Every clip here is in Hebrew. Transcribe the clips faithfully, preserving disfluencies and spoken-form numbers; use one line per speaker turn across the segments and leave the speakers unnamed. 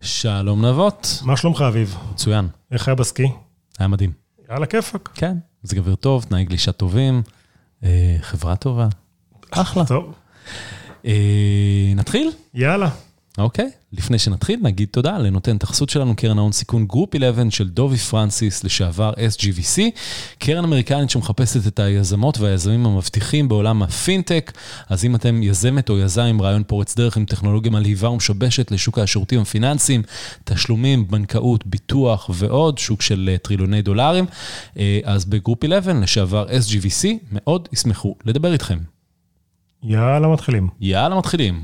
שלום נבות.
מה שלומך אביב?
מצוין.
איך היה בסקי?
היה מדהים.
יאללה כיפק.
כן, זה גביר טוב, תנאי גלישה טובים, אה, חברה טובה. אחלה.
טוב.
אה, נתחיל?
יאללה.
אוקיי, לפני שנתחיל נגיד תודה לנותן תחסות שלנו קרן ההון סיכון גרופ אחת עשרה של דובי פרנסיס לשעבר אס ג'י וי סי, קרן אמריקנית שמחפשת את היזמות והיזמים המבטיחים בעולם הפינטק, אז אם אתם יזמת או יזם עם רעיון פורץ דרך עם טכנולוגיה מלהיבה ומשבשת לשוק השירותים הפיננסיים, תשלומים, בנקאות, ביטוח ועוד, שוק של טריליוני דולרים, אז בגרופ אחת עשרה לשעבר אס ג'י וי סי מאוד ישמחו לדבר איתכם.
יאללה מתחילים.
יאללה מתחילים.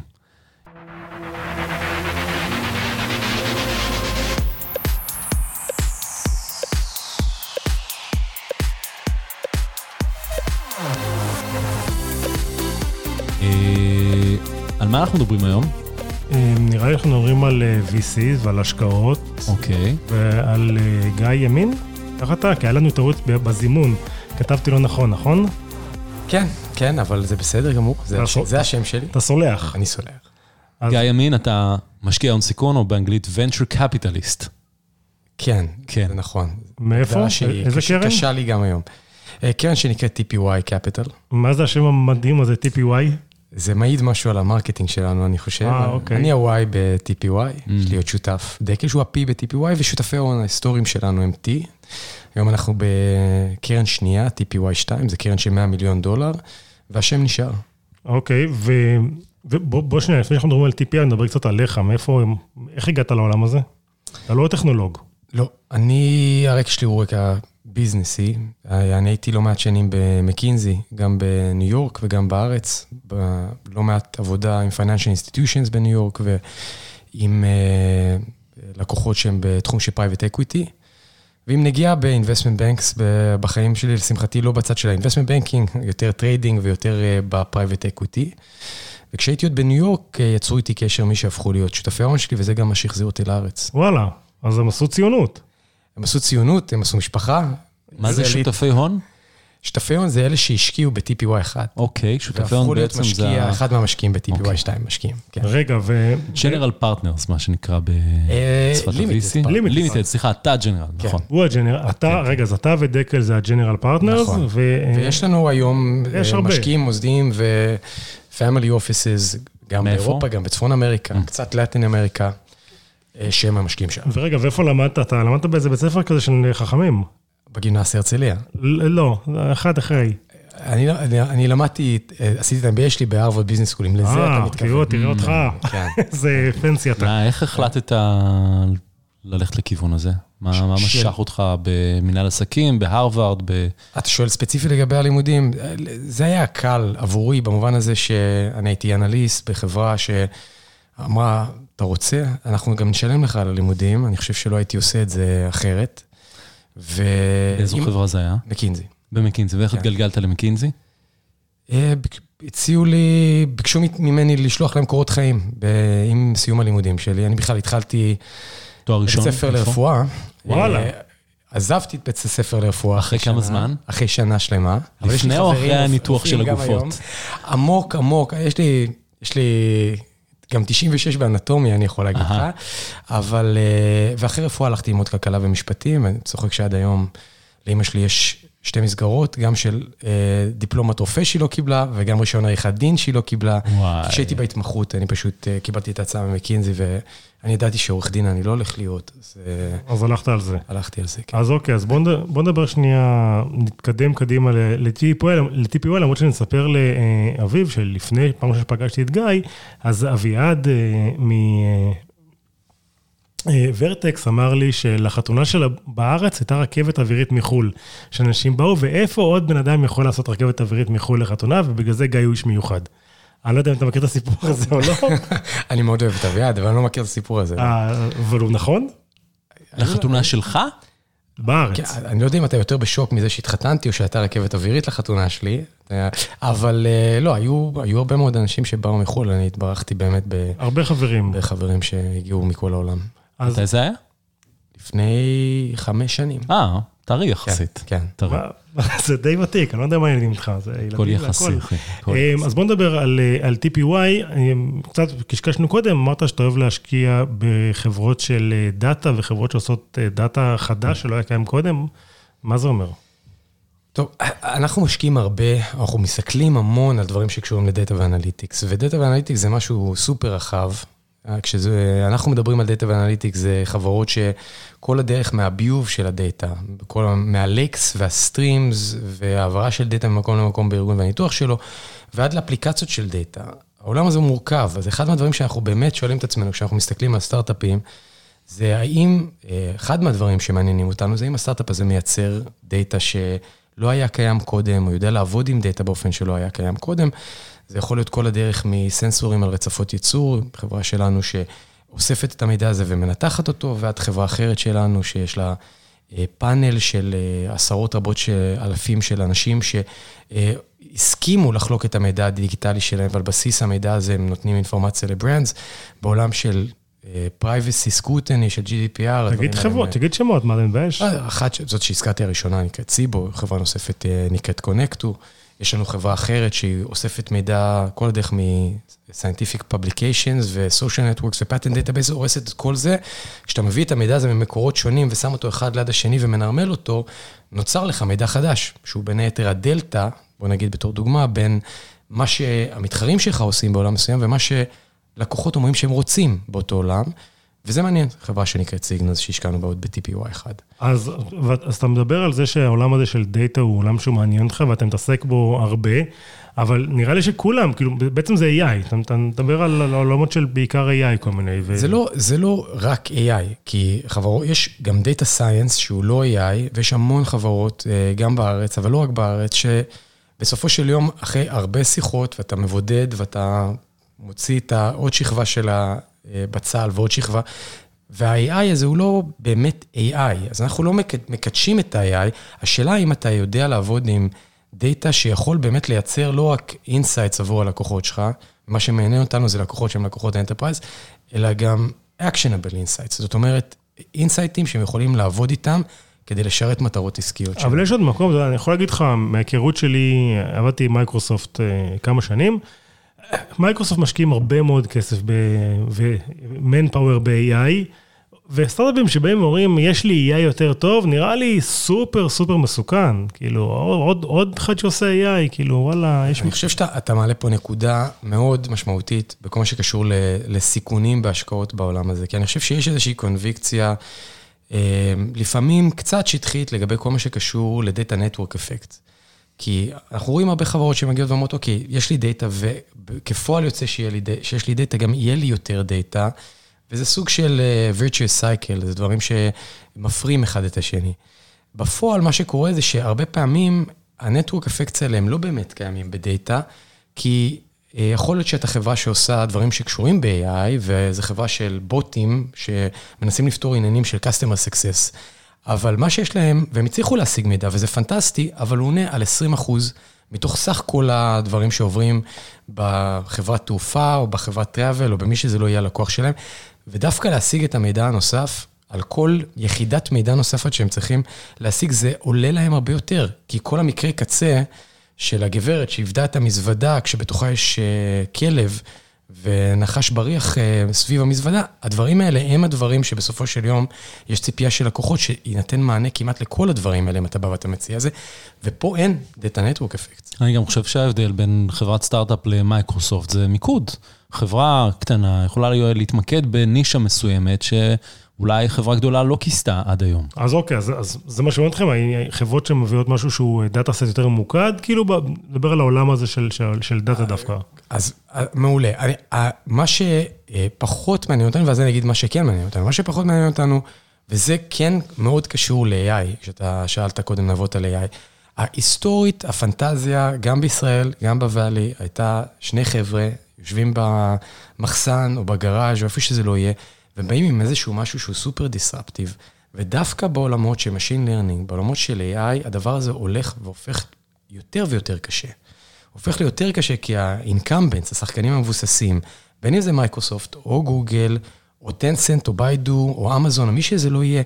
על מה אנחנו מדברים היום?
נראה לי אנחנו מדברים על וי סי ועל השקעות.
אוקיי.
ועל גיא ימין. איך אתה? כי היה לנו טעות בזימון. כתבתי לא נכון, נכון?
כן, כן, אבל זה בסדר גמור. זה השם שלי.
אתה סולח.
אני סולח.
גיא ימין, אתה משקיע הון סיכון או באנגלית venture capitalist?
כן,
כן.
זה נכון.
מאיפה? איזה קרן?
קשה לי גם היום. קרן שנקראת טי פי וואי Capital.
מה זה השם המדהים הזה, טי פי וואי?
זה מעיד משהו על המרקטינג שלנו, אני חושב.
אה, אוקיי.
אני ה-Y ב-טי פי וואי, יש לי עוד שותף דקל, שהוא ה-P ב-טי פי וואי, ושותפי ההון ההיסטוריים שלנו הם T. היום אנחנו בקרן שנייה, טי פי וואי שתיים, זה קרן של מאה מיליון דולר, והשם נשאר.
אוקיי, ובוא שנייה, לפני שאנחנו מדברים על טי פי, אני מדבר קצת עליך, מאיפה, איך הגעת לעולם הזה? אתה לא טכנולוג. לא,
אני, הרקע שלי הוא רקע ביזנסי, אני הייתי לא מעט שנים במקינזי, גם בניו יורק וגם בארץ, לא מעט עבודה עם financial institutions בניו יורק, ועם לקוחות שהם בתחום של private equity, ועם נגיעה ב-investment banks בחיים שלי, לשמחתי לא בצד של ה-investment banking, יותר טריידינג ויותר ב-private equity, וכשהייתי עוד בניו יורק, יצרו איתי קשר מי שהפכו להיות שותפי ההון שלי, וזה גם מה שהחזיר אותי לארץ.
וואלה, אז הם עשו ציונות.
הם עשו ציונות, הם עשו משפחה.
מה זה שותפי הון?
שותפי הון זה אלה שהשקיעו ב-טי פי וואי אחת.
אוקיי, שותפי הון בעצם זה...
משקיע, אחד מהמשקיעים ב-טי פי וואי שתיים משקיעים.
רגע, ו...
General Partners, מה שנקרא בשפת ה-וי סי. Limited, סליחה, אתה General, נכון.
הוא הג'נרל, אתה, רגע, אז אתה ודקל זה ה-General Partners.
נכון, ויש לנו היום משקיעים מוסדיים ו-Family Offices, גם באירופה, גם בצפון אמריקה, קצת לטין אמריקה. שהם המשקיעים שם.
ורגע, ואיפה למדת? אתה למדת באיזה בית ספר כזה של חכמים?
בגימנסיה הרצליה.
לא, אחד אחרי.
אני, אני, אני למדתי, עשיתי את ה-אם בי איי שלי בהרווארד ביזנס סקול, אם לזה אתה מתכוון.
אה, תראה אותך. זה פנסי אתה.
איך החלטת ללכת לכיוון הזה? מה משך אותך במנהל עסקים, בהרווארד?
אתה שואל ספציפי לגבי הלימודים, זה היה קל עבורי, במובן הזה שאני הייתי אנליסט בחברה שאמרה, אתה רוצה, אנחנו גם נשלם לך על הלימודים, אני חושב שלא הייתי עושה את זה אחרת.
באיזו חברה זה היה?
מקינזי.
במקינזי, ואיך התגלגלת למקינזי?
הציעו לי, ביקשו ממני לשלוח להם קורות חיים, עם סיום הלימודים שלי. אני בכלל התחלתי בית ספר לרפואה.
וואלה.
עזבתי את בית הספר לרפואה.
אחרי כמה זמן?
אחרי שנה שלמה.
לפני או אחרי הניתוח של הגופות?
עמוק, עמוק. יש לי, יש לי... גם תשעים ושש באנטומיה, אני יכול להגיד לך, אבל, ואחרי רפואה הלכתי ללמוד כלכלה ומשפטים, אני צוחק שעד היום, לאמא שלי יש שתי מסגרות, גם של דיפלומת רופא שהיא לא קיבלה, וגם רישיון עריכת דין שהיא לא קיבלה. כשהייתי בהתמחות, אני פשוט קיבלתי את ההצעה ממקינזי, ואני ידעתי שעורך דין אני לא הולך להיות.
אז הלכת על זה.
הלכתי על זה, כן.
אז אוקיי, אז בוא נדבר שנייה, נתקדם קדימה ל-טי פי וואי, למרות שנספר לאביב, שלפני פעם שפגשתי את גיא, אז אביעד מ... ורטקס אמר לי שלחתונה שלה בארץ הייתה רכבת אווירית מחול, שאנשים באו, ואיפה עוד בן אדם יכול לעשות רכבת אווירית מחול לחתונה, ובגלל זה גיא הוא איש מיוחד. אני לא יודע אם אתה מכיר את הסיפור הזה או לא.
אני מאוד אוהב את אביעד, אבל אני לא מכיר את הסיפור הזה.
אבל הוא נכון?
לחתונה שלך?
בארץ.
אני לא יודע אם אתה יותר בשוק מזה שהתחתנתי, או שהייתה רכבת אווירית לחתונה שלי, אבל לא, היו הרבה מאוד אנשים שבאו מחול, אני התברכתי באמת
הרבה חברים.
בחברים שהגיעו מכל העולם.
מתי זה היה?
לפני חמש שנים.
אה, טרי יחסית.
כן.
טרי.
זה די ותיק, אני לא יודע מה ילדים איתך, זה ילדים
כל יחסי, אחי.
אז בוא נדבר על טי פי וואי, קצת קשקשנו קודם, אמרת שאתה אוהב להשקיע בחברות של דאטה, וחברות שעושות דאטה חדש שלא היה קיים קודם, מה זה אומר?
טוב, אנחנו משקיעים הרבה, אנחנו מסתכלים המון על דברים שקשורים לדאטה ואנליטיקס, ודאטה ואנליטיקס זה משהו סופר רחב, כשאנחנו מדברים על דאטה ואנליטיקס, זה חברות שכל הדרך מהביוב של הדאטה, מהלקס והסטרימס, והעברה של דאטה ממקום למקום בארגון והניתוח שלו, ועד לאפליקציות של דאטה. העולם הזה מורכב, אז אחד מהדברים שאנחנו באמת שואלים את עצמנו, כשאנחנו מסתכלים על סטארט-אפים, זה האם, אחד מהדברים שמעניינים אותנו, זה האם הסטארט-אפ הזה מייצר דאטה שלא היה קיים קודם, או יודע לעבוד עם דאטה באופן שלא היה קיים קודם, זה יכול להיות כל הדרך מסנסורים על רצפות ייצור, חברה שלנו שאוספת את המידע הזה ומנתחת אותו, ועד חברה אחרת שלנו שיש לה פאנל של עשרות רבות של אלפים של אנשים שהסכימו לחלוק את המידע הדיגיטלי שלהם, ועל בסיס המידע הזה הם נותנים אינפורמציה לברנדס, בעולם של privacy scrutiny של ג'י די פי אר.
תגיד חברות, תגיד שמות, מה זה מבייש?
אחת, זאת שהזכרתי הראשונה נקראת סיבו, חברה נוספת נקראת קונקטו, יש לנו חברה אחרת שהיא אוספת מידע כל הדרך מ-Scientific Publications ו-Social Networks ו-Patent Database, הורסת את כל זה. כשאתה מביא את המידע הזה ממקורות שונים ושם אותו אחד ליד השני ומנרמל אותו, נוצר לך מידע חדש, שהוא בין היתר הדלטה, בוא נגיד בתור דוגמה, בין מה שהמתחרים שלך עושים בעולם מסוים ומה שלקוחות אומרים שהם רוצים באותו עולם, וזה מעניין, חברה שנקראת סיגנלס, שהשקענו בעוד ב-טי פי וואי אחד.
אז, אז אתה מדבר על זה שהעולם הזה של דאטה הוא עולם שהוא מעניין אותך, ואתה מתעסק בו הרבה, אבל נראה לי שכולם, כאילו, בעצם זה איי איי, אתה, אתה מדבר על העולמות של בעיקר איי איי כל מיני. ו...
זה לא, זה לא רק איי איי, כי חברות, יש גם דאטה סייאנס שהוא לא איי איי, ויש המון חברות, גם בארץ, אבל לא רק בארץ, שבסופו של יום, אחרי הרבה שיחות, ואתה מבודד, ואתה מוציא את העוד שכבה של ה... בצל ועוד שכבה, וה-איי איי הזה הוא לא באמת איי איי, אז אנחנו לא מקדשים את ה-איי איי, השאלה אם אתה יודע לעבוד עם דאטה שיכול באמת לייצר לא רק אינסייטס עבור הלקוחות שלך, מה שמעניין אותנו זה לקוחות שהם לקוחות האנטרפרייז, אלא גם actionable insights, זאת אומרת, אינסייטים שהם יכולים לעבוד איתם, כדי לשרת מטרות עסקיות שלהם.
אבל יש עוד מקום, אני יכול להגיד לך, מהכירות שלי, עבדתי עם מייקרוסופט כמה שנים, מייקרוסופט משקיעים הרבה מאוד כסף ב-manpower ב-איי איי, וסטארט-אפים שבהם אומרים, יש לי איי איי יותר טוב, נראה לי סופר סופר מסוכן, כאילו, עוד, עוד אחד שעושה איי איי, כאילו, וואלה, יש...
אני חושב שאתה מעלה פה נקודה מאוד משמעותית, בכל מה שקשור לסיכונים בהשקעות בעולם הזה, כי אני חושב שיש איזושהי קונביקציה, לפעמים קצת שטחית, לגבי כל מה שקשור לדאטה נטוורק אפקט. כי אנחנו רואים הרבה חברות שמגיעות ואומרות, אוקיי, יש לי דאטה, וכפועל יוצא שיש לי דאטה, גם יהיה לי יותר דאטה, וזה סוג של virtuous cycle, זה דברים שמפרים אחד את השני. בפועל, מה שקורה זה שהרבה פעמים, הנטוורק אפקטס האלה הם לא באמת קיימים בדאטה, כי יכול להיות שאתה חברה שעושה דברים שקשורים ב-איי איי, וזו חברה של בוטים, שמנסים לפתור עניינים של customer success, אבל מה שיש להם, והם הצליחו להשיג מידע, וזה פנטסטי, אבל הוא עונה על עשרים אחוז מתוך סך כל הדברים שעוברים בחברת תעופה, או בחברת טראבל, או במי שזה לא יהיה הלקוח שלהם, ודווקא להשיג את המידע הנוסף, על כל יחידת מידע נוספת שהם צריכים להשיג, זה עולה להם הרבה יותר, כי כל המקרה קצה של הגברת שהבדה את המזוודה, כשבתוכה יש כלב, ונחש בריח סביב המזוודה, הדברים האלה הם הדברים שבסופו של יום יש ציפייה של לקוחות שינתן מענה כמעט לכל הדברים האלה, אם אתה בא ואתה מציע זה, ופה אין דאטה נטוורק אפקט.
אני גם חושב שההבדל בין חברת סטארט-אפ למייקרוסופט זה מיקוד. חברה קטנה יכולה להתמקד בנישה מסוימת שאולי חברה גדולה לא כיסתה עד היום.
אז אוקיי, אז, אז זה מה שאומר אתכם, חברות שמביאות משהו שהוא דאטה סט יותר ממוקד, כאילו לדבר על העולם הזה של, של, של דאטה דווקא.
אז מעולה. אני, מה שפחות מעניין אותנו, ואז אני אגיד מה שכן מעניין אותנו, מה שפחות מעניין אותנו, וזה כן מאוד קשור ל-איי איי, כשאתה שאלת קודם נבות על איי איי, ההיסטורית, הפנטזיה, גם בישראל, גם בוואלי, הייתה שני חבר'ה, יושבים במחסן או בגראז' או איפה שזה לא יהיה, ובאים עם איזשהו משהו שהוא סופר דיסרפטיב, ודווקא בעולמות של Machine Learning, בעולמות של איי איי, הדבר הזה הולך והופך יותר ויותר קשה. הופך ליותר קשה כי ה-incumbents, השחקנים המבוססים, בין אם זה מייקרוסופט או גוגל, או טנסנט או ביידו או אמזון, או מי שזה לא יהיה,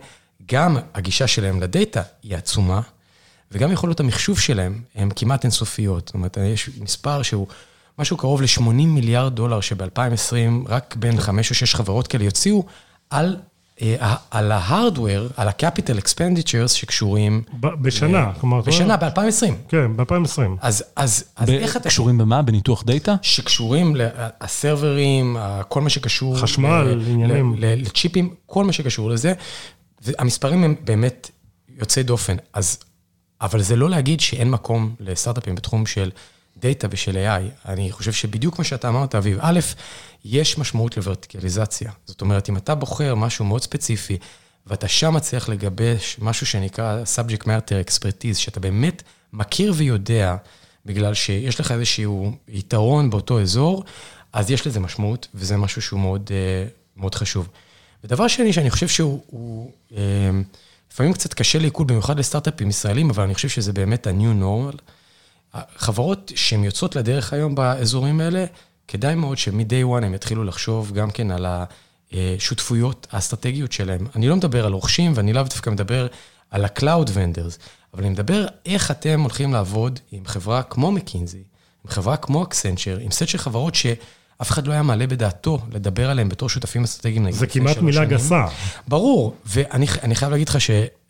גם הגישה שלהם לדאטה היא עצומה, וגם יכולות המחשוב שלהם הן כמעט אינסופיות. זאת אומרת, יש מספר שהוא משהו קרוב ל-שמונים מיליארד דולר, שב-אלפיים ועשרים רק בין חמש או שש חברות כאלה יוציאו על, על ה-hardware, על ה-capital expenditures שקשורים...
בשנה, כלומר...
בשנה, ב-אלפיים ועשרים.
כן, ב-אלפיים ועשרים.
אז, אז, אז איך אתה...
קשורים במה? בניתוח דאטה?
שקשורים לסרברים, כל מה שקשור...
חשמל, עניינים.
לצ'יפים, כל מה שקשור לזה. המספרים הם באמת יוצאי דופן. אז, אבל זה לא להגיד שאין מקום לסטארט-אפים בתחום של דאטה ושל איי איי. אני חושב שבדיוק מה שאתה אמרת, אביב, א', יש משמעות לוורטיקליזציה. זאת אומרת, אם אתה בוחר משהו מאוד ספציפי, ואתה שם מצליח לגבש משהו שנקרא subject matter expertise, שאתה באמת מכיר ויודע, בגלל שיש לך איזשהו יתרון באותו אזור, אז יש לזה משמעות, וזה משהו שהוא מאוד, מאוד חשוב. ודבר שני שאני חושב שהוא, הוא, לפעמים קצת קשה לעיכול, במיוחד לסטארט-אפים ישראלים, אבל אני חושב שזה באמת ה-new normal. חברות שהן יוצאות לדרך היום באזורים האלה, כדאי מאוד שמ-day one הם יתחילו לחשוב גם כן על השותפויות האסטרטגיות שלהם. אני לא מדבר על רוכשים, ואני לאו דווקא מדבר על ה-cloud vendors, אבל אני מדבר איך אתם הולכים לעבוד עם חברה כמו מקינזי, עם חברה כמו אקסנצ'ר, עם סט של חברות שאף אחד לא היה מעלה בדעתו לדבר עליהם בתור שותפים אסטרטגיים.
זה כמעט מילה גסה. ברור,
ואני חייב להגיד לך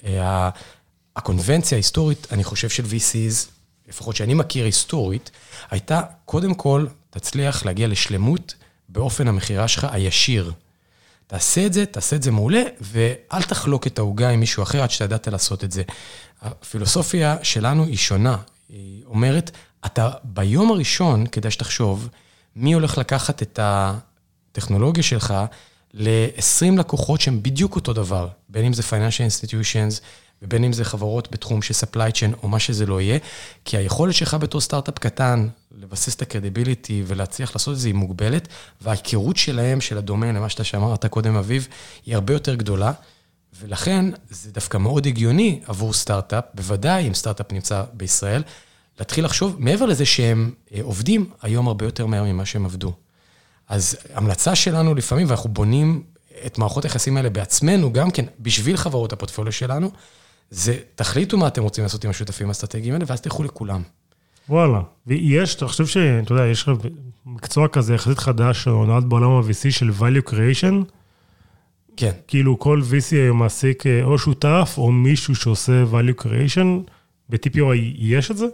שהקונבנציה ההיסטורית, אני חושב של וי סיז, לפחות שאני מכיר היסטורית, הייתה קודם כל תצליח להגיע לשלמות באופן המחירה שלך הישיר. תעשה את זה, תעשה את זה מעולה, ואל תחלוק את ההוגה עם מישהו אחר עד שתדעת לעשות את זה. הפילוסופיה שלנו היא שונה. היא אומרת, אתה ביום הראשון, כדאי שתחשוב, מי הולך לקחת את הטכנולוגיה שלך ל-עשרים לקוחות שהם בדיוק אותו דבר, בין אם זה financial institutions, ובין אם זה חברות בתחום של supply chain, או מה שזה לא יהיה, כי היכולת שלך בתור סטארט-אפ קטן, לבסס את הקרדיביליטי ולהצליח לעשות את זה, היא מוגבלת, וההיכרות שלהם, של הדומיין, למה שאתה שאמרת קודם אביב, היא הרבה יותר גדולה, ולכן זה דווקא מאוד הגיוני עבור סטארט-אפ, בוודאי אם סטארט-אפ נמצא בישראל, להתחיל לחשוב, מעבר לזה שהם עובדים היום הרבה יותר מהר ממה שהם עבדו. אז המלצה שלנו לפעמים, ואנחנו בונים את מערכות היחסים האלה בעצמנו, גם כן בשביל חברות הפורטפוליו שלנו, זה תחליטו מה אתם רוצים לעשות עם השותפים האסטרטגיים האלה, ואז תלכו לכולם.
וואלה, ויש, אתה חושב שאתה יודע, יש מקצוע כזה, יחסית חדש, או נולד בעולם ה-וי סי של value creation,
כן.
כאילו כל וי סי מעסיק או שותף, או מישהו שעושה value creation, ב-טי פי או יש את זה?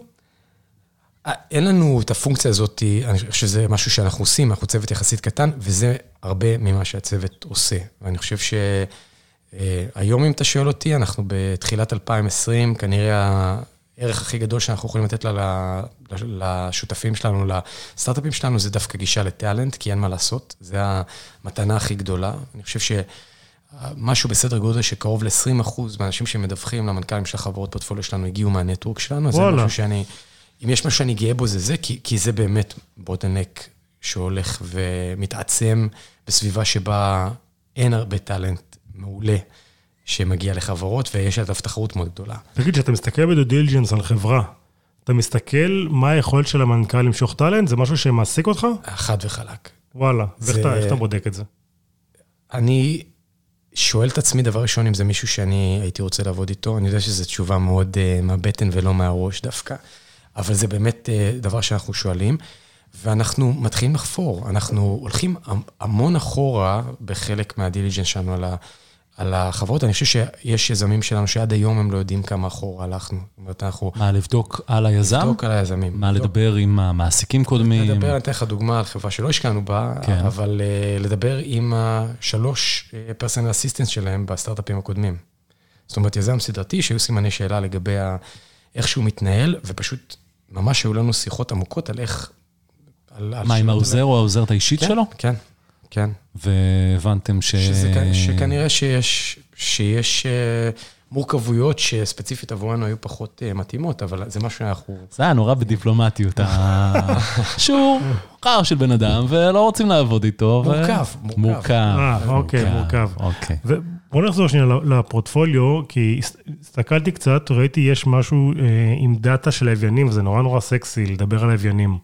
אין לנו את הפונקציה הזאת, אני חושב שזה משהו שאנחנו עושים, אנחנו צוות יחסית קטן, וזה הרבה ממה שהצוות עושה. ואני חושב שהיום אם אתה שואל אותי, אנחנו בתחילת אלפיים ועשרים, כנראה הערך הכי גדול שאנחנו יכולים לתת לשותפים שלנו, לסטארט-אפים שלנו, זה דווקא גישה לטאלנט, כי אין מה לעשות, זה המתנה הכי גדולה. אני חושב שמשהו בסדר גודל שקרוב ל-עשרים אחוז מהאנשים שמדווחים למנכ"לים של החברות פורטפוליו שלנו, הגיעו מהנטוורק שלנו, אז זה משהו שאני... אם יש משהו שאני גאה בו זה זה, כי, כי זה באמת בוטלנק שהולך ומתעצם בסביבה שבה אין הרבה טלנט מעולה שמגיע לחברות, ויש לה תחרות מאוד גדולה.
תגיד, שאתה מסתכל בדו דיליג'נס על חברה, אתה מסתכל מה היכולת של המנכ"ל למשוך טלנט? זה משהו שמעסיק אותך?
חד וחלק.
וואלה,
זה...
ואיך אתה בודק את זה?
אני שואל את עצמי דבר ראשון, אם זה מישהו שאני הייתי רוצה לעבוד איתו, אני יודע שזו תשובה מאוד uh, מהבטן ולא מהראש דווקא, אבל זה באמת דבר שאנחנו שואלים, ואנחנו מתחילים לחפור. אנחנו הולכים המון אחורה בחלק מהדיליג'נס שלנו על, ה, על החברות. אני חושב שיש יזמים שלנו שעד היום הם לא יודעים כמה אחורה הלכנו. זאת אומרת, אנחנו...
מה, לבדוק על היזם?
לבדוק על היזמים.
מה, לדבר עם המעסיקים קודמים?
לדבר, אני אתן לך דוגמה על חברה שלא השקענו בה, כן. אבל לדבר עם השלוש פרסונל אסיסטנס שלהם בסטארט-אפים הקודמים. זאת אומרת, יזם סדרתי שהיו סימני שאלה לגבי איך שהוא מתנהל, ופשוט ממש היו לנו שיחות עמוקות על איך... על,
מה, עם העוזר או העוזרת האישית
כן,
שלו?
כן, כן.
והבנתם ש...
שזה, שכנראה שיש, שיש מורכבויות שספציפית עבורנו היו פחות מתאימות, אבל זה משהו שאנחנו...
זה היה נורא בדיפלומטיות. שהוא חר של בן אדם, ולא רוצים לעבוד איתו.
מורכב, מורכב.
מורכב.
אה, אוקיי, מורכב.
אוקיי.
בואו נחזור שנייה לפורטפוליו, כי הסתכלתי קצת, ראיתי יש משהו עם דאטה של לוויינים, וזה נורא נורא סקסי לדבר על לוויינים.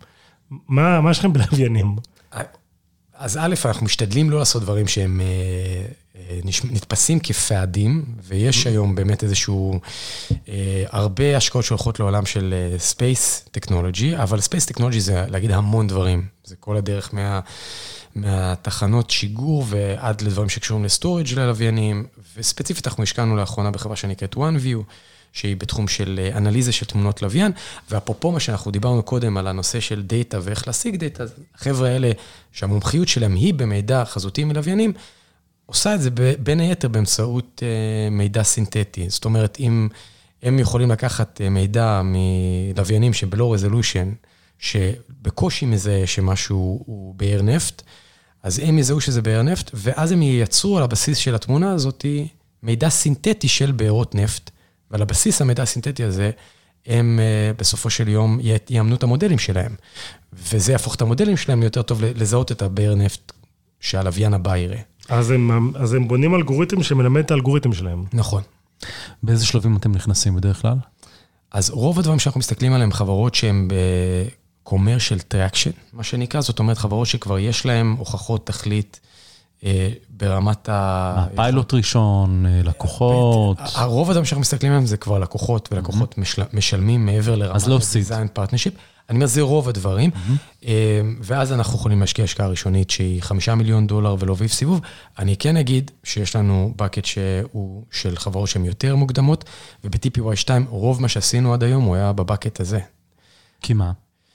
מה יש לכם בלוויינים?
אז א', אנחנו משתדלים לא לעשות דברים שהם נתפסים כפעדים, ויש היום באמת איזשהו, הרבה השקעות שהולכות לעולם של Space Technology, אבל Space Technology זה להגיד המון דברים, זה כל הדרך מה, מהתחנות שיגור ועד לדברים שקשורים לסטורג' ללוויינים, וספציפית אנחנו השקענו לאחרונה בחברה שנקראת OneView, שהיא בתחום של אנליזה של תמונות לוויין, ואפרופו מה שאנחנו דיברנו קודם על הנושא של דאטה ואיך להשיג דאטה, החבר'ה האלה שהמומחיות שלהם היא במידע חזותי מלוויינים, עושה את זה בין היתר באמצעות מידע סינתטי. זאת אומרת, אם הם יכולים לקחת מידע מלוויינים שבלו רזולושן, שבקושי מזה שמשהו הוא באר נפט, אז הם יזהו שזה באר נפט, ואז הם ייצרו על הבסיס של התמונה הזאת מידע סינתטי של בארות נפט, ועל הבסיס המידע הסינתטי הזה, הם בסופו של יום יאמנו את המודלים שלהם, וזה יהפוך את המודלים שלהם ליותר טוב לזהות את הבאר נפט שהלוויין הבא יראה.
אז הם, אז הם בונים אלגוריתם שמלמד את האלגוריתם שלהם.
נכון.
באיזה שלבים אתם נכנסים בדרך כלל?
אז רוב הדברים שאנחנו מסתכלים עליהם, חברות שהן ב-commercial traction, מה שנקרא, זאת אומרת, חברות שכבר יש להן הוכחות תכלית ברמת ה...
פיילוט ראשון, לקוחות.
הרוב הדברים שאנחנו מסתכלים עליהם זה כבר לקוחות, ולקוחות משלמים מעבר לרמת ה-design partnership. אני אומר, זה רוב הדברים, ואז אנחנו יכולים להשקיע השקעה ראשונית שהיא חמישה מיליון דולר ולא ויף סיבוב. אני כן אגיד שיש לנו בקט שהוא של חברות שהן יותר מוקדמות, וב-טי פי וואי שתיים, רוב מה שעשינו עד היום הוא היה בבקט הזה.
כי מה?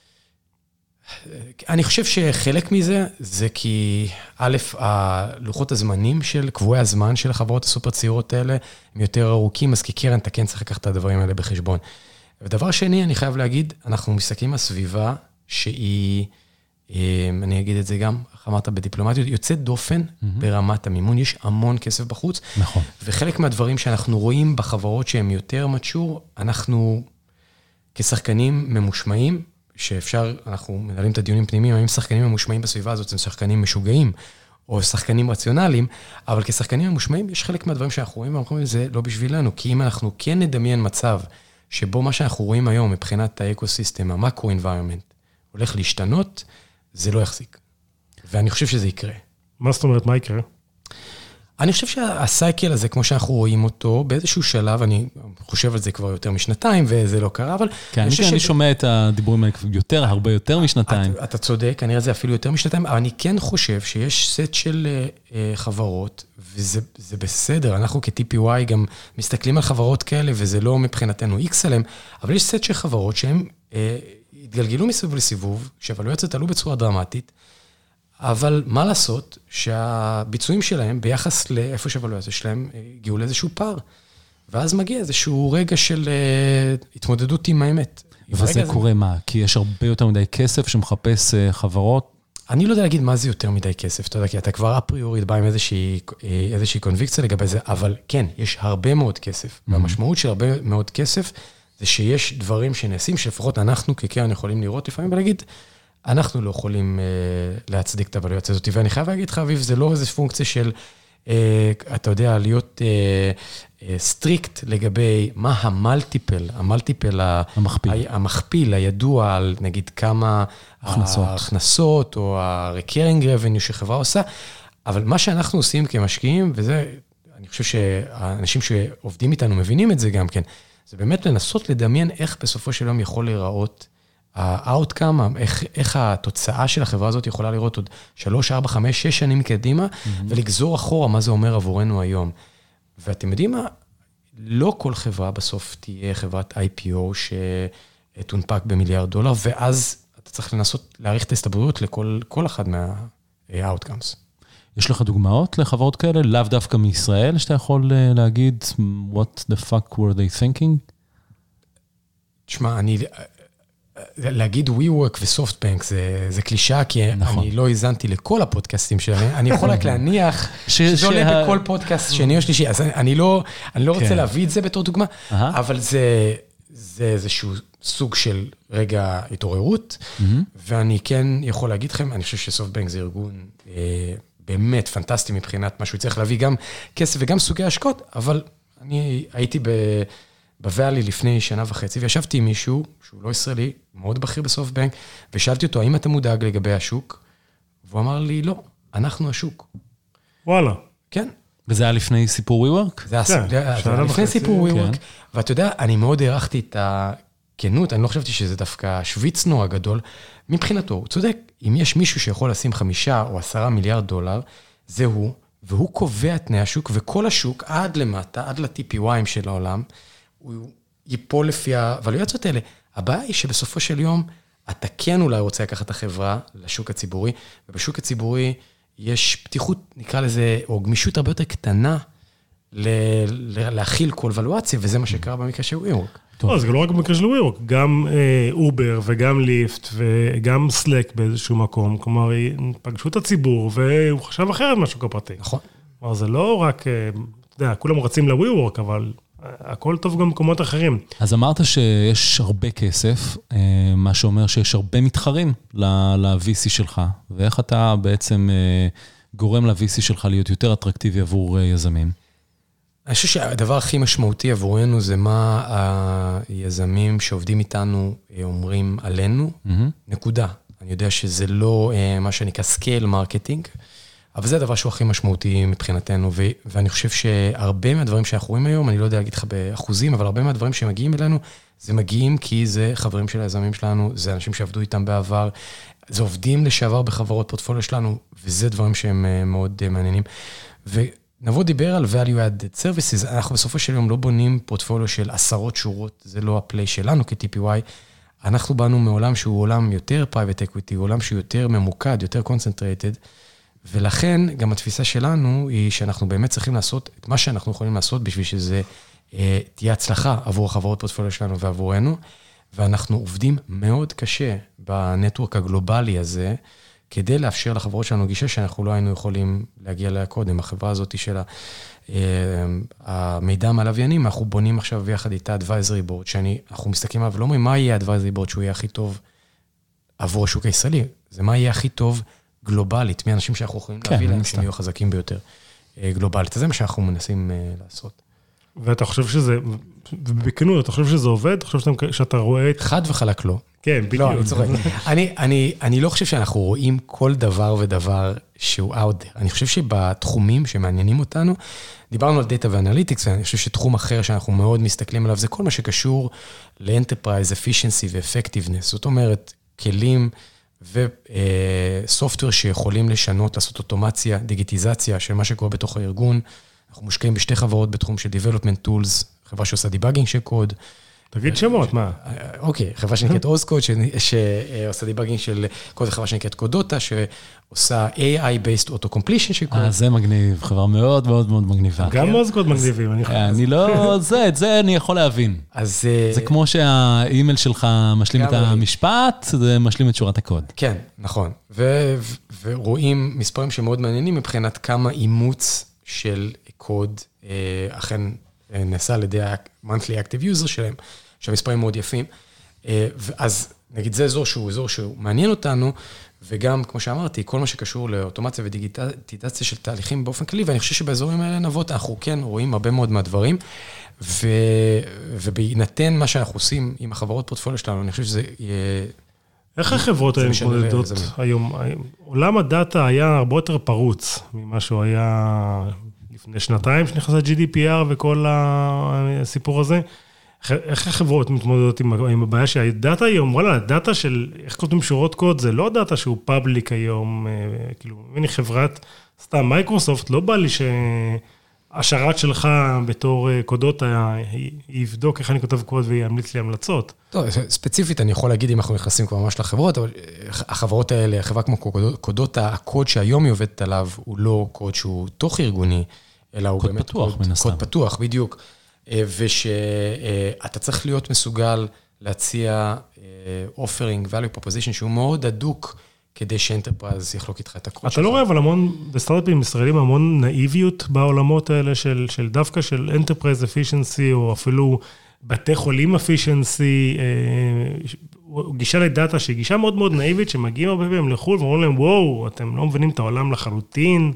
אני חושב שחלק מזה זה כי, א', הלוחות הזמנים של, קבועי הזמן של החברות הסופר צעירות האלה, הם יותר ארוכים, אז כקרן אתה כן צריך לקחת את הדברים האלה בחשבון. ודבר שני, אני חייב להגיד, אנחנו מסתכלים על סביבה שהיא, אני אגיד את זה גם, אמרת בדיפלומטיות, יוצאת דופן mm-hmm. ברמת המימון, יש המון כסף בחוץ.
נכון.
וחלק מהדברים שאנחנו רואים בחברות שהן יותר מצ'ור, אנחנו כשחקנים ממושמעים, שאפשר, אנחנו מנהלים את הדיונים פנימיים, האם שחקנים ממושמעים בסביבה הזאת, הם שחקנים משוגעים, או שחקנים רציונליים, אבל כשחקנים ממושמעים, יש חלק מהדברים שאנחנו רואים, ואנחנו רואים, זה לא בשבילנו, כי אם אנחנו כן נדמיין מצב, שבו מה שאנחנו רואים היום, מבחינת האקוסיסטם, המקרו-אנביירמנט, הולך להשתנות, זה לא יחזיק. ואני חושב שזה יקרה.
מה זאת אומרת, מה יקרה?
אני חושב שהסייקל הזה, כמו שאנחנו רואים אותו, באיזשהו שלב, אני חושב על זה כבר יותר משנתיים, וזה לא קרה, אבל...
כן, אני, אני שומע את הדיבורים האלה יותר, הרבה יותר משנתיים.
אתה, אתה צודק, כנראה זה אפילו יותר משנתיים, אבל אני כן חושב שיש סט של uh, חברות, וזה זה בסדר, אנחנו כ-טי פי וואי גם מסתכלים על חברות כאלה, וזה לא מבחינתנו איקס עליהם, אבל יש סט של חברות שהם uh, התגלגלו מסיבוב לסיבוב, שהאבלואציות עלו בצורה דרמטית, אבל מה לעשות שהביצועים שלהם, ביחס לאיפה שהאבלואציה שלהם, הגיעו לאיזשהו פער. ואז מגיע איזשהו רגע של התמודדות עם האמת.
וזה קורה מה? כי יש הרבה יותר מדי כסף שמחפש חברות?
אני לא יודע להגיד מה זה יותר מדי כסף, אתה יודע, כי אתה כבר אפריורית בא עם איזושהי, איזושהי קונביקציה לגבי זה, אבל כן, יש הרבה מאוד כסף. והמשמעות של הרבה מאוד כסף, זה שיש דברים שנעשים, שלפחות אנחנו כקרן יכולים לראות לפעמים ולהגיד, אנחנו לא יכולים uh, להצדיק את האבלואציה הזאת, ואני חייב להגיד לך, אביב, זה לא איזו פונקציה של, uh, אתה יודע, להיות uh, uh, סטריקט לגבי מה המלטיפל, המלטיפל,
המכפיל.
ה- המכפיל, הידוע על נגיד כמה
הכנסות.
ההכנסות, או ה-recurring revenue שחברה עושה, אבל מה שאנחנו עושים כמשקיעים, וזה, אני חושב שהאנשים שעובדים איתנו מבינים את זה גם כן, זה באמת לנסות לדמיין איך בסופו של יום יכול להיראות, ה-outcome, איך, איך התוצאה של החברה הזאת יכולה לראות עוד שלוש, ארבע, חמש, שש שנים קדימה, mm-hmm. ולגזור אחורה מה זה אומר עבורנו היום. ואתם יודעים מה? לא כל חברה בסוף תהיה חברת איי פי או שתונפק במיליארד דולר, ואז אתה צריך לנסות להעריך את ההסתברויות לכל כל אחד מה-outcomes.
יש לך דוגמאות לחברות כאלה, לאו דווקא מישראל, שאתה יכול להגיד, what the fuck were they thinking?
תשמע, אני... להגיד WeWork וסופטבנק זה, זה קלישה, כי נכון. אני לא הזנתי לכל הפודקאסטים שלהם, אני יכול רק להניח ש... שזה עולה שה... בכל פודקאסט שני או שלישי, אז אני לא, אני לא רוצה כן. להביא את זה בתור דוגמה, uh-huh. אבל זה, זה איזשהו סוג של רגע התעוררות, mm-hmm. ואני כן יכול להגיד לכם, אני חושב שסופטבנק זה ארגון אה, באמת פנטסטי מבחינת מה שהוא צריך להביא גם כסף וגם סוגי השקעות, אבל אני הייתי ב... בוואלי לפני שנה וחצי, וישבתי עם מישהו, שהוא לא ישראלי, מאוד בכיר בסופטבנק, ושאלתי אותו, האם אתה מודאג לגבי השוק? והוא אמר לי, לא, אנחנו השוק.
וואלה.
כן.
וזה היה לפני סיפור WeWork?
זה היה לפני סיפור WeWork, ואתה יודע, אני מאוד הערכתי את הכנות, אני לא חשבתי שזה דווקא שוויצנו הגדול, מבחינתו, הוא צודק, אם יש מישהו שיכול לשים חמישה או עשרה מיליארד דולר, זה הוא, והוא קובע את תנאי השוק, וכל השוק עד למטה, עד ל-טי פי וואי של העולם, הוא ייפול לפי הוואלואציות האלה. הבעיה היא שבסופו של יום, אתה כן אולי רוצה לקחת את החברה לשוק הציבורי, ובשוק הציבורי יש פתיחות, נקרא לזה, או גמישות הרבה יותר קטנה, להכיל כל וואלואציה, וזה מה שקרה במקרה של WeWork.
לא, זה לא רק במקרה של WeWork, גם אובר וגם ליפט וגם סלק באיזשהו מקום, כלומר, פגשו את הציבור, והוא חשב אחרת מהשוק הפרטי.
נכון.
כלומר, זה לא רק, אתה יודע, כולם רצים ל-WeWork, אבל הכל טוב גם במקומות אחרים.
אז אמרת שיש הרבה כסף, מה שאומר שיש הרבה מתחרים ל-וי סי שלך, ואיך אתה בעצם גורם ל-וי סי שלך להיות יותר אטרקטיבי עבור יזמים?
אני חושב שהדבר הכי משמעותי עבורנו זה מה היזמים שעובדים איתנו אומרים עלינו, נקודה. אני יודע שזה לא מה שנקרא סקייל מרקטינג, אבל זה הדבר שהוא הכי משמעותי מבחינתנו, ואני חושב שהרבה מהדברים שאנחנו רואים היום, אני לא יודע להגיד לך באחוזים, אבל הרבה מהדברים שמגיעים אלינו, זה מגיעים כי זה חברים של היזמים שלנו, זה אנשים שעבדו איתם בעבר, זה עובדים לשעבר בחברות פורטפוליו שלנו, וזה דברים שהם מאוד מעניינים. ונבוא דיבר על value added services, אנחנו בסופו של יום לא בונים פורטפוליו של עשרות שורות, זה לא הפליי שלנו כ-טי פי וואי, אנחנו באנו מעולם שהוא עולם יותר private equity, עולם שהוא יותר ממוקד, יותר concentrated, ולכן גם התפיסה שלנו היא שאנחנו באמת צריכים לעשות את מה שאנחנו יכולים לעשות בשביל שזה אה, תהיה הצלחה עבור החברות פורטפוליו שלנו ועבורנו, ואנחנו עובדים מאוד קשה בנטוורק הגלובלי הזה, כדי לאפשר לחברות שלנו גישה שאנחנו לא היינו יכולים להגיע אליה קודם. החברה הזאת של אה, המידע מהלוויינים, אנחנו בונים עכשיו ביחד איתה advisory board, שאנחנו מסתכלים עליו, לא אומרים מה יהיה advisory board שהוא יהיה הכי טוב עבור השוק הישראלי, זה מה יהיה הכי טוב גלובלית, מאנשים שאנחנו יכולים להביא להם שהם יהיו חזקים ביותר גלובלית. אז זה מה שאנחנו מנסים לעשות.
ואתה חושב שזה, בכנות, אתה חושב שזה עובד? אתה חושב שאתה רואה את...
חד וחלק לא.
כן, בדיוק.
לא, אני צוחק. אני, אני, אני לא חושב שאנחנו רואים כל דבר ודבר שהוא out there. אני חושב שבתחומים שמעניינים אותנו, דיברנו על דאטה ואנליטיקס, ואני חושב שתחום אחר שאנחנו מאוד מסתכלים עליו, זה כל מה שקשור ל-enterprise efficiency ו-effectiveness. זאת אומרת, כלים וסופטוור שיכולים לשנות, לעשות אוטומציה, דיגיטיזציה של מה שקורה בתוך הארגון. אנחנו מושקעים בשתי חברות בתחום של Development Tools, חברה שעושה דיבאגינג של קוד.
תגיד שמות, מה?
אוקיי, חברה שנקראת אוזקוד, שעושה דיבאגינג של קוד, חברה שנקראת קודוטה, שעושה איי איי-based auto-completion של קוד.
אה, זה מגניב, חברה מאוד מאוד מאוד מגניבה.
גם אוזקוד מגניבים, אני חושב.
אני לא, זה, את זה אני יכול להבין.
אז...
זה כמו שהאימייל שלך משלים את המשפט, זה משלים את שורת הקוד.
כן, נכון. ורואים מספרים שמאוד מעניינים מבחינת כמה אימוץ של קוד, אכן נעשה על ידי ה-monthly active user שלהם, שהמספרים מאוד יפים. אז נגיד זה אזור שהוא אזור שהוא מעניין אותנו, וגם, כמו שאמרתי, כל מה שקשור לאוטומציה ודיגיטציה של תהליכים באופן כללי, ואני חושב שבאזורים האלה נבות, אנחנו כן רואים הרבה מאוד מהדברים, ו... ובהינתן מה שאנחנו עושים עם החברות פורטפוליו שלנו, אני חושב שזה יהיה...
איך החברות האלה מתמודדות היום? עולם הדאטה היה הרבה יותר פרוץ ממה שהוא היה לפני שנתיים, שנכנס ל-ג'י די פי אר וכל הסיפור הזה. איך החברות מתמודדות עם הבעיה שהדאטה היום, וואלה, הדאטה של איך כותבים שורות קוד, זה לא דאטה שהוא פאבליק היום, כאילו, אני חברת, סתם מייקרוסופט, לא בא לי שהשרת שלך בתור קודוטה יבדוק איך אני כותב קוד וימליץ לי המלצות.
טוב, ספציפית אני יכול להגיד אם אנחנו נכנסים כבר ממש לחברות, אבל החברות האלה, החברה כמו קודוטה, הקוד שהיום היא עובדת עליו הוא לא קוד שהוא תוך ארגוני, אלא הוא באמת קוד פתוח, בדיוק. ושאתה צריך להיות מסוגל להציע offering, value proposition, שהוא מאוד הדוק, כדי שאנטרפרייז יחלוק איתך את הקוד שלך.
אתה לא רואה, אבל המון, בסטארט-אפים ישראלים, המון נאיביות בעולמות האלה, של, של דווקא של enterprise efficiency, או אפילו בתי חולים efficiency, גישה לדאטה, שהיא גישה מאוד מאוד נאיבית, שמגיעים הרבה פעמים לחול, ואומרים להם, וואו, אתם לא מבינים את העולם לחלוטין,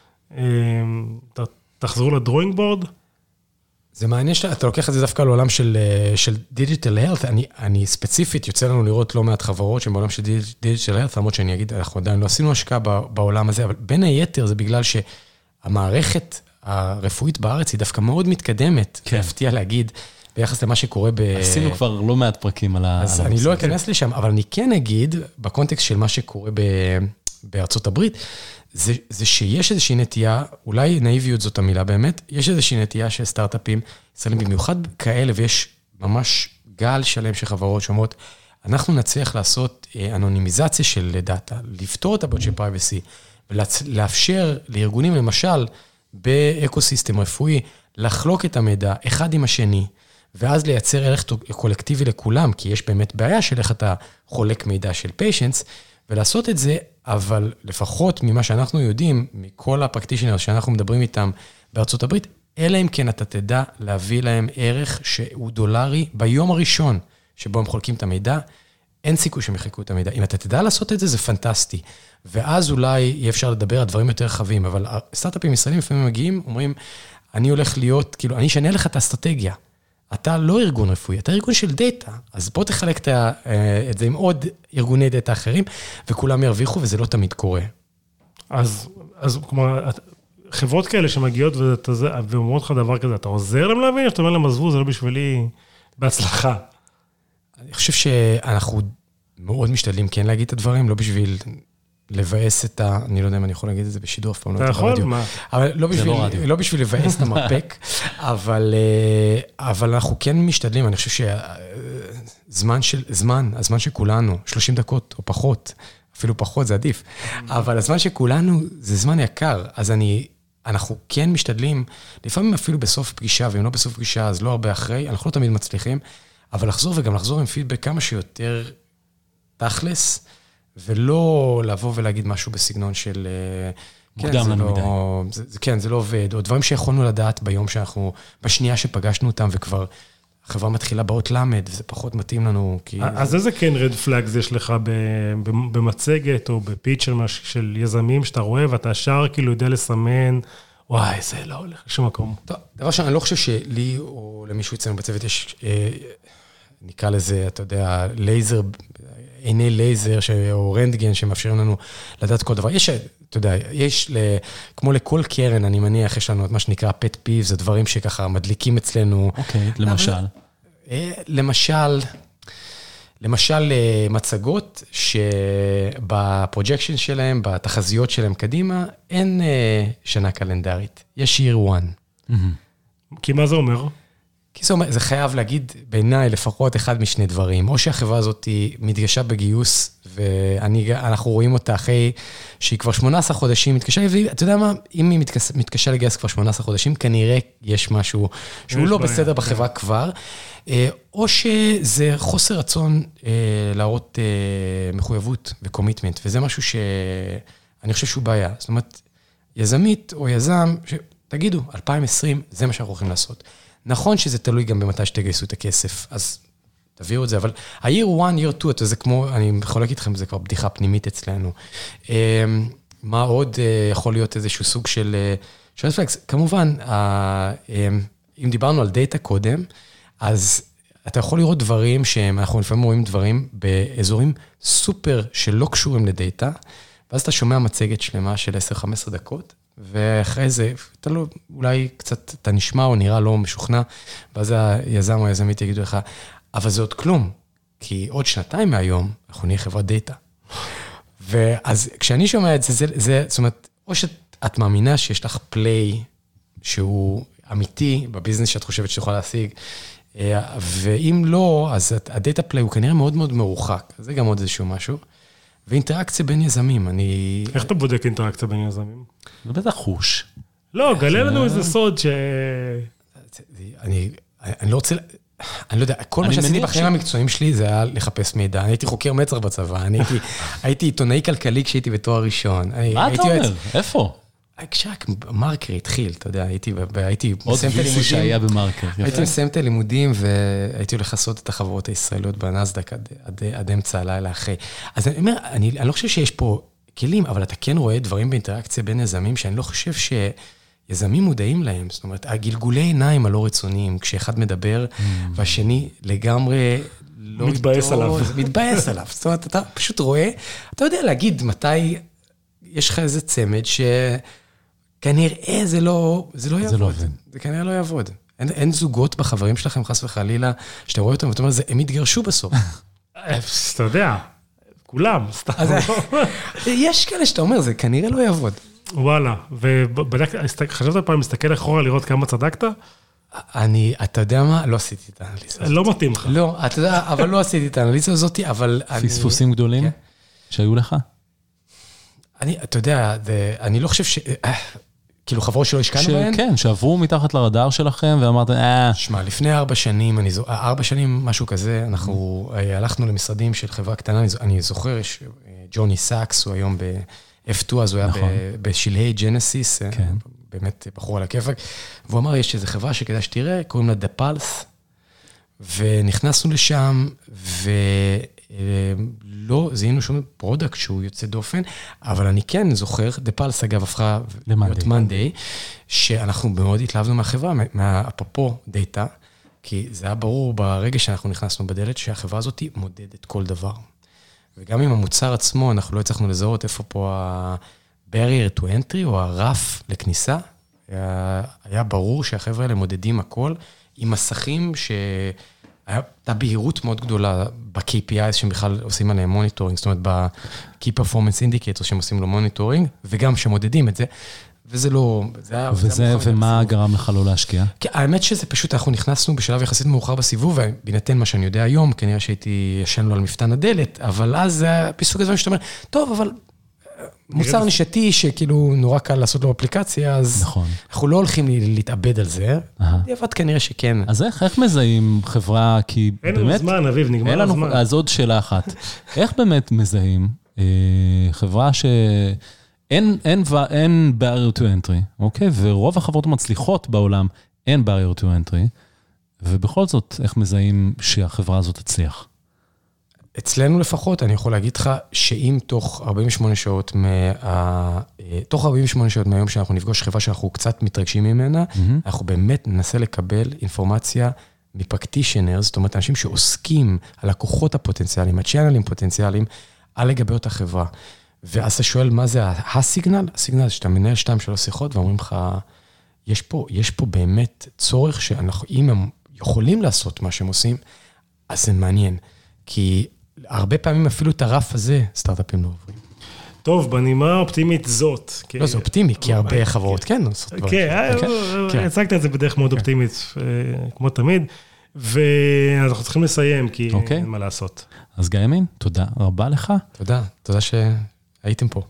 תחזרו לדרוינג בורד.
זה מעניין שאתה לוקח את זה דווקא לעולם של, של digital health, אני, אני ספציפית יוצא לנו לראות לא מעט חברות שהן בעולם של digital health, למרות שאני אגיד, אנחנו עדיין לא עשינו השקעה בעולם הזה, אבל בין היתר זה בגלל שהמערכת הרפואית בארץ היא דווקא מאוד מתקדמת,
כן.
להפתיע להגיד, ביחס למה שקורה ב...
עשינו כבר לא מעט פרקים על ה...
אז אני לא אכנס לשם, אבל אני כן אגיד, בקונטקסט של מה שקורה ב... בארצות הברית, זה, זה שיש איזושהי נטייה, אולי נאיביות זאת המילה באמת, יש איזושהי נטייה של סטארט-אפים, ישראלים במיוחד כאלה, ויש ממש גל שלם של חברות שאומרות, אנחנו נצליח לעשות אנונימיזציה של דאטה, לפתור את הבעיות של פרייבסי, ולאפשר לארגונים, למשל, באקוסיסטם רפואי, לחלוק את המידע אחד עם השני, ואז לייצר ערך קולקטיבי לכולם, כי יש באמת בעיה של איך אתה חולק מידע של פיישנטס, ולעשות את זה, אבל לפחות ממה שאנחנו יודעים, מכל הפרקטישנר שאנחנו מדברים איתם בארצות הברית, אלא אם כן אתה תדע להביא להם ערך שהוא דולרי ביום הראשון שבו הם חולקים את המידע, אין סיכוי שהם יחלקו את המידע. אם אתה תדע לעשות את זה, זה פנטסטי. ואז אולי יהיה אפשר לדבר על דברים יותר רחבים, אבל סטארט-אפים ישראלים לפעמים מגיעים, אומרים, אני הולך להיות, כאילו, אני אשנה לך את האסטרטגיה. אתה לא ארגון רפואי, אתה ארגון של דאטה, אז בוא תחלק את זה עם עוד ארגוני דאטה אחרים, וכולם ירוויחו, וזה לא תמיד קורה.
אז, אז כלומר, חברות כאלה שמגיעות ואומרות לך דבר כזה, אתה עוזר להם להבין, שאתה אומר להם, עזבו, זה לא בשבילי בהצלחה.
אני חושב שאנחנו מאוד משתדלים כן להגיד את הדברים, לא בשביל לבאס את ה... אני לא יודע אם אני יכול להגיד את זה בשידור, אף פעם לא...
אתה יכול? מה?
אבל לא בשביל, לא בשביל לבאס את המרפק, אבל, אבל אנחנו כן משתדלים, אני חושב שזמן של, זמן, הזמן שכולנו, שלושים דקות או פחות, אפילו פחות זה עדיף, אבל הזמן שכולנו זה זמן יקר, אז אני, אנחנו כן משתדלים, לפעמים אפילו בסוף פגישה, ואם לא בסוף פגישה, אז לא הרבה אחרי, אנחנו לא תמיד מצליחים, אבל לחזור וגם לחזור עם פידבק כמה שיותר תכלס, ולא לבוא ולהגיד משהו בסגנון של...
מוקדם לנו מדי.
כן, זה לא עובד, או דברים שיכולנו לדעת ביום שאנחנו, בשנייה שפגשנו אותם, וכבר החברה מתחילה באות למד, וזה פחות מתאים לנו.
אז איזה כן רד פלאגס יש לך במצגת, או בפיץ' של יזמים שאתה רואה, ואתה שר כאילו יודע לסמן, וואי, זה לא הולך לשום מקום.
טוב, דבר שאני לא חושב שלי, או למישהו אצלנו בצוות, יש, נקרא לזה, אתה יודע, לייזר, עיני לייזר, או רנטגן, שמאפשרים לנו לדעת כל דבר. יש, אתה יודע, יש, כמו לכל קרן, אני מניח, יש לנו את מה שנקרא פט פיב, זה דברים שככה מדליקים אצלנו.
אוקיי, למשל.
למשל, למשל מצגות, שבפרוג'קשן שלהם, בתחזיות שלהם קדימה, אין שנה קלנדרית, יש year one.
כי מה זה אומר?
כי זה, אומר, זה חייב להגיד בעיניי לפחות אחד משני דברים, או שהחברה הזאת מתגשה בגיוס, ואנחנו רואים אותה אחרי שהיא כבר שמונה עשרה חודשים מתקשה, ואתה יודע מה, אם היא מתקשה, מתקשה לגייס כבר שמונה עשרה חודשים, כנראה יש משהו שהוא לא בעיה, בסדר בחברה כן. כבר, או שזה חוסר רצון להראות מחויבות וקומיטמנט, וזה משהו שאני חושב שהוא בעיה. זאת אומרת, יזמית או יזם, תגידו, אלפיים ועשרים, זה מה שאנחנו הולכים לעשות. נכון שזה תלוי גם במתי שתגייסו את הכסף, אז תביאו את זה, אבל ה-year one, year two, זה כמו, אני יכול להגיד לכם, זה כבר בדיחה פנימית אצלנו. מה עוד יכול להיות איזשהו סוג של red flags? כמובן, אם דיברנו על דאטה קודם, אז אתה יכול לראות דברים שאנחנו לפעמים רואים דברים באזורים סופר שלא קשורים לדאטה, ואז אתה שומע מצגת שלמה של עשר חמש עשרה דקות, ואחרי זה, אתה לא, אולי קצת, אתה נשמע או נראה לא משוכנע, ואז היזם או היזמית יגידו לך, אבל זה עוד כלום, כי עוד שנתיים מהיום, אנחנו נהיה חברת דאטה. ואז כשאני שומע את זה, זה, זה, זאת אומרת, או שאת מאמינה שיש לך פליי שהוא אמיתי בביזנס שאת חושבת שיכולה להשיג, ואם לא, אז הדאטה פליי הוא כנראה מאוד מאוד מרוחק. זה גם עוד איזשהו משהו. ואינטראקציה בין יזמים, אני...
איך אתה בודק אינטראקציה בין יזמים?
זה בטח חוש.
לא, גלה לנו איזה סוד ש...
אני לא רוצה... אני לא יודע, כל מה שעשיתי בחיים המקצועיים שלי זה היה לחפש מידע. אני הייתי חוקר מצ"ח בצבא, אני הייתי עיתונאי כלכלי כשהייתי בתואר ראשון.
מה אתה אומר? איפה?
כשרק מרקר התחיל, אתה יודע, הייתי
עוד ויסי שהיה במרקר.
הייתי מסיים את הלימודים, והייתי הולך לעשות את החברות הישראליות בנסדק עד אמצע הלילה אחרי. אז אני אומר, אני לא חושב שיש פה כלים, אבל אתה כן רואה דברים באינטראקציה בין יזמים, שאני לא חושב שיזמים מודעים להם. זאת אומרת, הגלגולי עיניים הלא רצוניים, כשאחד מדבר, והשני לגמרי לא...
מתבאס עליו.
מתבאס עליו. זאת אומרת, אתה פשוט רואה, אתה יודע להגיד מתי יש לך איזה צמד ש... כנראה זה לא, זה לא יעבוד.
זה לא עובד.
זה כנראה לא יעבוד. אין, אין זוגות בחברים שלכם, חס וחלילה, שאתם רואים אותם, ואתה אומר, הם יתגרשו בסוף.
אתה יודע, כולם, סתם.
יש כאלה שאתה אומר, זה כנראה לא יעבוד.
וואלה, וחשבת פעם להסתכל אחורה לראות כמה צדקת?
אני, אתה יודע מה? לא עשיתי את האנליזה הזאת.
לא מתאים לך.
לא, אתה יודע, אבל לא עשיתי את האנליזה הזאת, אבל אני...
פספוסים גדולים שהיו לך?
אני, אתה יודע, אני לא חושב ש... כאילו חברות שלא השקענו בהן?
כן, שעברו מתחת לרדאר שלכם ואמרתם, אה...
שמע, לפני ארבע שנים, אני זו... ארבע שנים, משהו כזה, אנחנו הלכנו למשרדים של חברה קטנה, אני זוכר, ג'וני סאקס, הוא היום ב-אף טו, אז הוא היה בשלהי ג'נסיס, באמת בחור על הכיפק, והוא אמר, יש איזו חברה שכדאי שתראה, קוראים לה The Pulse, ונכנסנו לשם, ולא זיהינו שום פרודקט שהוא יוצא דופן, אבל אני כן זוכר, The Pulse אגב הפכה להיות Monday, שאנחנו מאוד התלהבנו מהחברה, מהאפרופו דאטה, כי זה היה ברור ברגע שאנחנו נכנסנו בדלת, שהחברה הזאת מודדת כל דבר. וגם עם המוצר עצמו, אנחנו לא הצלחנו לזהות איפה פה ה-barrier to entry, או הרף לכניסה, היה, היה ברור שהחבר'ה האלה מודדים הכל, עם מסכים שהייתה בהירות מאוד גדולה ב-קיי פי איז, שהם בכלל עושים עליהם מוניטורינג, זאת אומרת, ב-Key Performance Indicator, שהם עושים לו מוניטורינג, וגם שמודדים את זה, וזה לא... זה היה,
וזה,
זה
ומה גרם לך לא להשקיע?
כי האמת שזה פשוט, אנחנו נכנסנו בשלב יחסית מאוחר בסיבוב, ובינתן מה שאני יודע היום, כנראה שהייתי ישן לו על מפתן הדלת, אבל אז זה היה בסוג הזמן שאתה אומר, טוב, אבל מוצר נשתי שכאילו נורא קל לעשות לו אפליקציה, אז נכון. אנחנו לא הולכים להתאבד על זה, אבל כנראה שכן.
אז איך, איך מזהים חברה, כי
אין
באמת...
לנו זמן, אביב, נגמר הזמן.
אז עוד שאלה אחת. איך באמת מזהים אה, חברה ש... אין, אין, אין barrier to entry, אוקיי? ורוב החברות המצליחות בעולם אין barrier to entry, ובכל זאת, איך מזהים שהחברה הזאת תצליח?
אצלנו לפחות, אני יכול להגיד לך, שאם תוך ארבעים ושמונה שעות, מה, תוך ארבעים ושמונה שעות מהיום שאנחנו נפגוש חברה שאנחנו קצת מתרגשים ממנה, mm-hmm. אנחנו באמת ננסה לקבל אינפורמציה מפרקטישנר, זאת אומרת, אנשים שעוסקים על הכוחות הפוטנציאליים, הצ'אנלים פוטנציאליים, על לגבי אותה חברה. ואז אתה שואל, מה זה הסיגנל? הסיגנל זה שאתה מנהל שתיים שלוש שיחות, ואומרים לך, יש פה, יש פה באמת צורך שאנחנו, אם הם יכולים לעשות מה שהם עושים, אז זה מעניין. כי הרבה פעמים אפילו את הרף הזה, סטארט-אפים לא עוברים.
טוב, בנימה אופטימית זאת.
לא, זה אופטימי, כי הרבה חברות כן עושות דברים.
כן, הצגת את זה בדרך מאוד אופטימית, כמו תמיד, ואנחנו צריכים לסיים, כי אין מה לעשות.
אז גיא ימין, תודה רבה לך.
תודה, תודה שהייתם פה.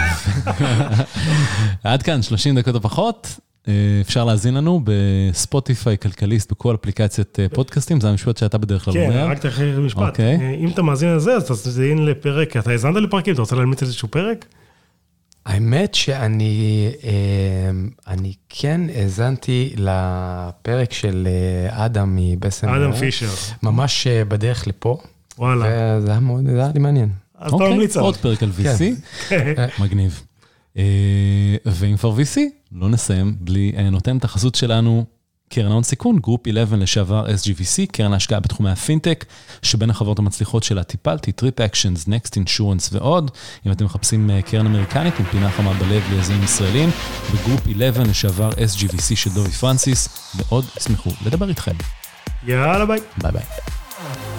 עד כאן, שלושים דקות או פחות. אפשר להזין לנו בספוטיפיי, כלכליסט, בכל אפליקציית פודקאסטים, זה המשפט שאתה בדרך כלל אומר.
כן, רק תחזיר משפט. אם אתה מאזין לזה, אז אתה תזין לפרק, אתה הזנת לפרקים, אתה רוצה להלמיץ איזשהו פרק?
האמת שאני אני כן הזנתי לפרק של אדם מבסם.
אדם פישר.
ממש בדרך לפה.
וואלה.
זה היה מאוד, זה היה לי מעניין.
אז אתה ממליץ עליו.
עוד פרק על וי סי. מגניב. ואם כבר וי סי, לא נסיים בלי נותן את החסות שלנו, קרן ההון סיכון, גרופ אחת עשרה לשעבר אס ג'י וי סי, קרן ההשקעה בתחומי הפינטק, שבין החברות המצליחות שלה טיפלתי, טריפ אקשנס, נקסט אינשורנס ועוד. אם אתם מחפשים קרן אמריקנית עם פינה חמה בלב ליזמים ישראלים, בגרופ אחת עשרה לשעבר אס ג'י וי סי של דובי פרנסיס, ועוד שמחו לדבר איתכם.
יאללה ביי.
ביי ביי.